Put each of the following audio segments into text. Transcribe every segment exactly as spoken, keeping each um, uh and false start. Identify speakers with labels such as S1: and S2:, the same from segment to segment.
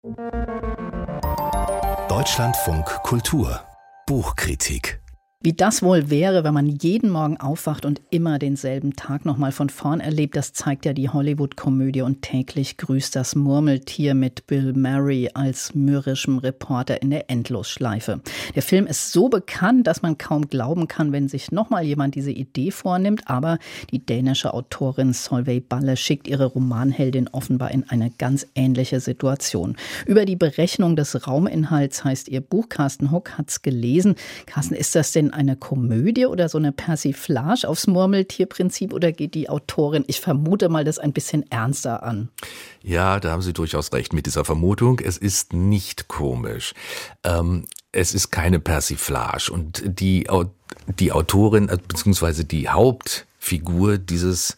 S1: Deutschlandfunk Kultur Buchkritik.
S2: Wie das wohl wäre, wenn man jeden Morgen aufwacht und immer denselben Tag nochmal von vorn erlebt, das zeigt ja die Hollywood-Komödie Und täglich grüßt das Murmeltier mit Bill Murray als mürrischem Reporter in der Endlosschleife. Der Film ist so bekannt, dass man kaum glauben kann, wenn sich nochmal jemand diese Idee vornimmt, aber die dänische Autorin Solveig Balle schickt ihre Romanheldin offenbar in eine ganz ähnliche Situation. Über die Berechnung des Rauminhalts heißt ihr Buch. Carsten Huck hat's gelesen. Carsten, ist das denn eine Komödie oder so eine Persiflage aufs Murmeltierprinzip oder geht die Autorin, ich vermute mal, das ein bisschen ernster an?
S3: Ja, da haben Sie durchaus recht mit dieser Vermutung. Es ist nicht komisch. Ähm, es ist keine Persiflage. Und die, die Autorin, beziehungsweise die Hauptfigur dieses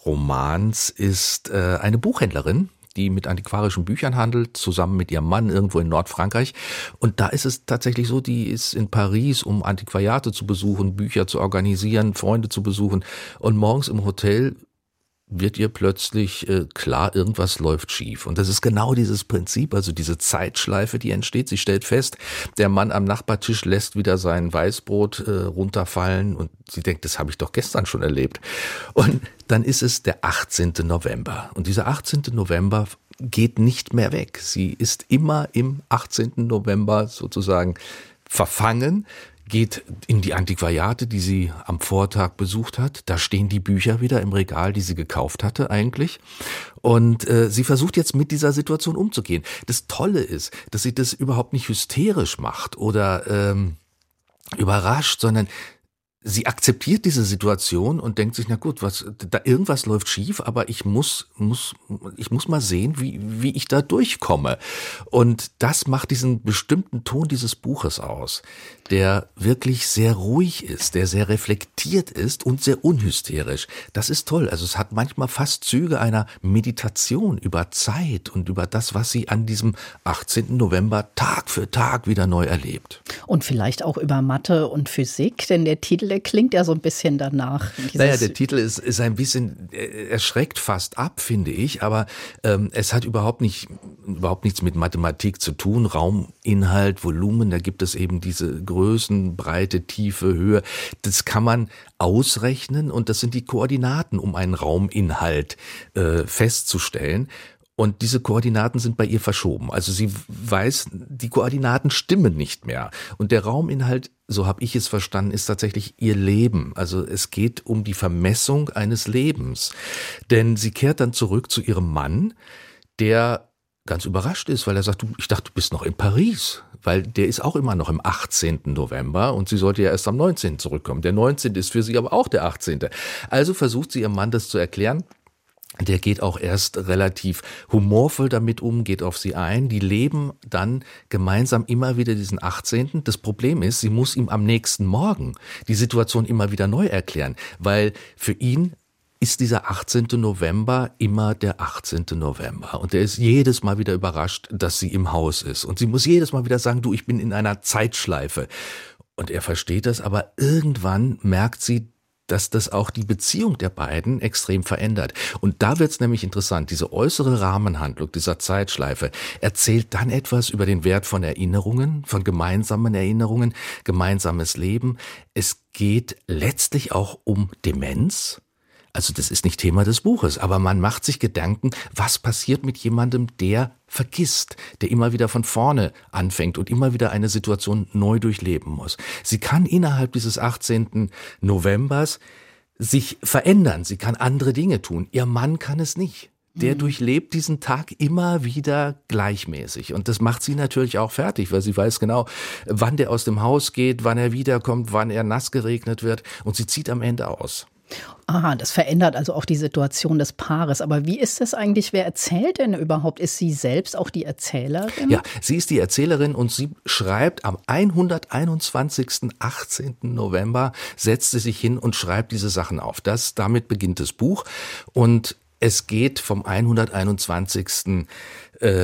S3: Romans ist äh, eine Buchhändlerin, die mit antiquarischen Büchern handelt, zusammen mit ihrem Mann irgendwo in Nordfrankreich. Und da ist es tatsächlich so, die ist in Paris, um Antiquariate zu besuchen, Bücher zu organisieren, Freunde zu besuchen. Und morgens im Hotel wird ihr plötzlich äh, klar, irgendwas läuft schief. Und das ist genau dieses Prinzip, also diese Zeitschleife, die entsteht. Sie stellt fest, der Mann am Nachbartisch lässt wieder sein Weißbrot äh, runterfallen und sie denkt, das habe ich doch gestern schon erlebt. Und dann ist es der achtzehnte November. Und dieser achtzehnte November geht nicht mehr weg. Sie ist immer im achtzehnten November sozusagen verfangen, geht in die Antiquariate, die sie am Vortag besucht hat. Da stehen die Bücher wieder im Regal, die sie gekauft hatte eigentlich. Und äh, sie versucht jetzt mit dieser Situation umzugehen. Das Tolle ist, dass sie das überhaupt nicht hysterisch macht oder ähm, überrascht, sondern sie akzeptiert diese Situation und denkt sich, na gut, was, da irgendwas läuft schief, aber ich muss, muss, ich muss mal sehen, wie, wie ich da durchkomme. Und das macht diesen bestimmten Ton dieses Buches aus, der wirklich sehr ruhig ist, der sehr reflektiert ist und sehr unhysterisch. Das ist toll. Also es hat manchmal fast Züge einer Meditation über Zeit und über das, was sie an diesem achtzehnten November Tag für Tag wieder neu erlebt.
S2: Und vielleicht auch über Mathe und Physik, denn der Titel, der klingt ja so ein bisschen danach.
S3: Naja, der Titel ist, ist ein bisschen, erschreckt fast ab, finde ich, aber ähm, es hat überhaupt nicht, überhaupt nichts mit Mathematik zu tun. Rauminhalt, Volumen, da gibt es eben diese Größen, Breite, Tiefe, Höhe. Das kann man ausrechnen und das sind die Koordinaten, um einen Rauminhalt äh, festzustellen. Und diese Koordinaten sind bei ihr verschoben. Also sie weiß, die Koordinaten stimmen nicht mehr. Und der Rauminhalt, so habe ich es verstanden, ist tatsächlich ihr Leben. Also es geht um die Vermessung eines Lebens. Denn sie kehrt dann zurück zu ihrem Mann, der ganz überrascht ist, weil er sagt, du, ich dachte, du bist noch in Paris. Weil der ist auch immer noch im achtzehnten November und sie sollte ja erst am neunzehnten zurückkommen. Der neunzehnte ist für sie aber auch der achtzehnte. Also versucht sie ihrem Mann das zu erklären. Der geht auch erst relativ humorvoll damit um, geht auf sie ein. Die leben dann gemeinsam immer wieder diesen achtzehnten. Das Problem ist, sie muss ihm am nächsten Morgen die Situation immer wieder neu erklären, weil für ihn ist dieser achtzehnte November immer der achtzehnte November. Und er ist jedes Mal wieder überrascht, dass sie im Haus ist. Und sie muss jedes Mal wieder sagen, du, ich bin in einer Zeitschleife. Und er versteht das, aber irgendwann merkt sie, dass das auch die Beziehung der beiden extrem verändert. Und da wird's nämlich interessant. Diese äußere Rahmenhandlung dieser Zeitschleife erzählt dann etwas über den Wert von Erinnerungen, von gemeinsamen Erinnerungen, gemeinsames Leben. Es geht letztlich auch um Demenz. Also das ist nicht Thema des Buches, aber man macht sich Gedanken, was passiert mit jemandem, der vergisst, der immer wieder von vorne anfängt und immer wieder eine Situation neu durchleben muss. Sie kann innerhalb dieses achtzehnten Novembers sich verändern, sie kann andere Dinge tun. Ihr Mann kann es nicht. Der mhm. durchlebt diesen Tag immer wieder gleichmäßig. Und das macht sie natürlich auch fertig, weil sie weiß genau, wann der aus dem Haus geht, wann er wiederkommt, wann er nass geregnet wird. Und sie zieht am Ende aus.
S2: Aha, das verändert also auch die Situation des Paares. Aber wie ist das eigentlich? Wer erzählt denn überhaupt? Ist sie selbst auch die Erzählerin?
S3: Ja, sie ist die Erzählerin und sie schreibt am hunderteinundzwanzigsten achtzehnten November, setzt sie sich hin und schreibt diese Sachen auf. Das, damit beginnt das Buch und es geht vom hunderteinundzwanzigsten Äh,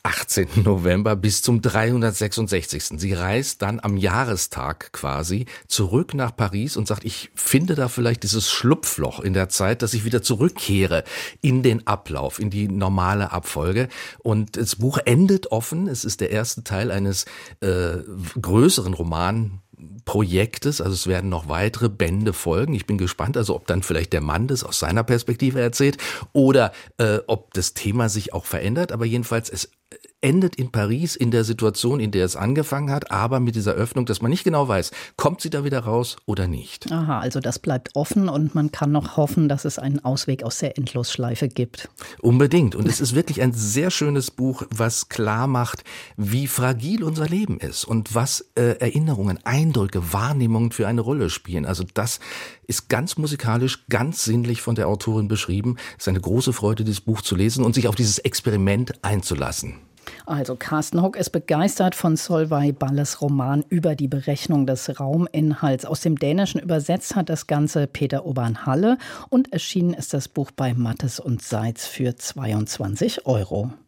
S3: achtzehnten November bis zum dreihundertsechsundsechzigsten Sie reist dann am Jahrestag quasi zurück nach Paris und sagt, ich finde da vielleicht dieses Schlupfloch in der Zeit, dass ich wieder zurückkehre in den Ablauf, in die normale Abfolge. Und das Buch endet offen. Es ist der erste Teil eines äh, größeren Romanprojektes. Also es werden noch weitere Bände folgen. Ich bin gespannt, also ob dann vielleicht der Mann das aus seiner Perspektive erzählt oder äh, ob das Thema sich auch verändert. Aber jedenfalls, es endet in Paris in der Situation, in der es angefangen hat, aber mit dieser Öffnung, dass man nicht genau weiß, kommt sie da wieder raus oder nicht.
S2: Aha, also das bleibt offen und man kann noch hoffen, dass es einen Ausweg aus der Endlosschleife gibt.
S3: Unbedingt. Und es ist wirklich ein sehr schönes Buch, was klar macht, wie fragil unser Leben ist und was äh, Erinnerungen, Eindrücke, Wahrnehmungen für eine Rolle spielen. Also das ist ganz musikalisch, ganz sinnlich von der Autorin beschrieben. Es ist eine große Freude, dieses Buch zu lesen und sich auf dieses Experiment einzulassen.
S2: Also Carsten Hock ist begeistert von Solveig Balles Roman über die Berechnung des Rauminhalts. Aus dem Dänischen übersetzt hat das Ganze Peter Obern-Halle und erschienen ist das Buch bei Mattes und Seitz für zweiundzwanzig Euro.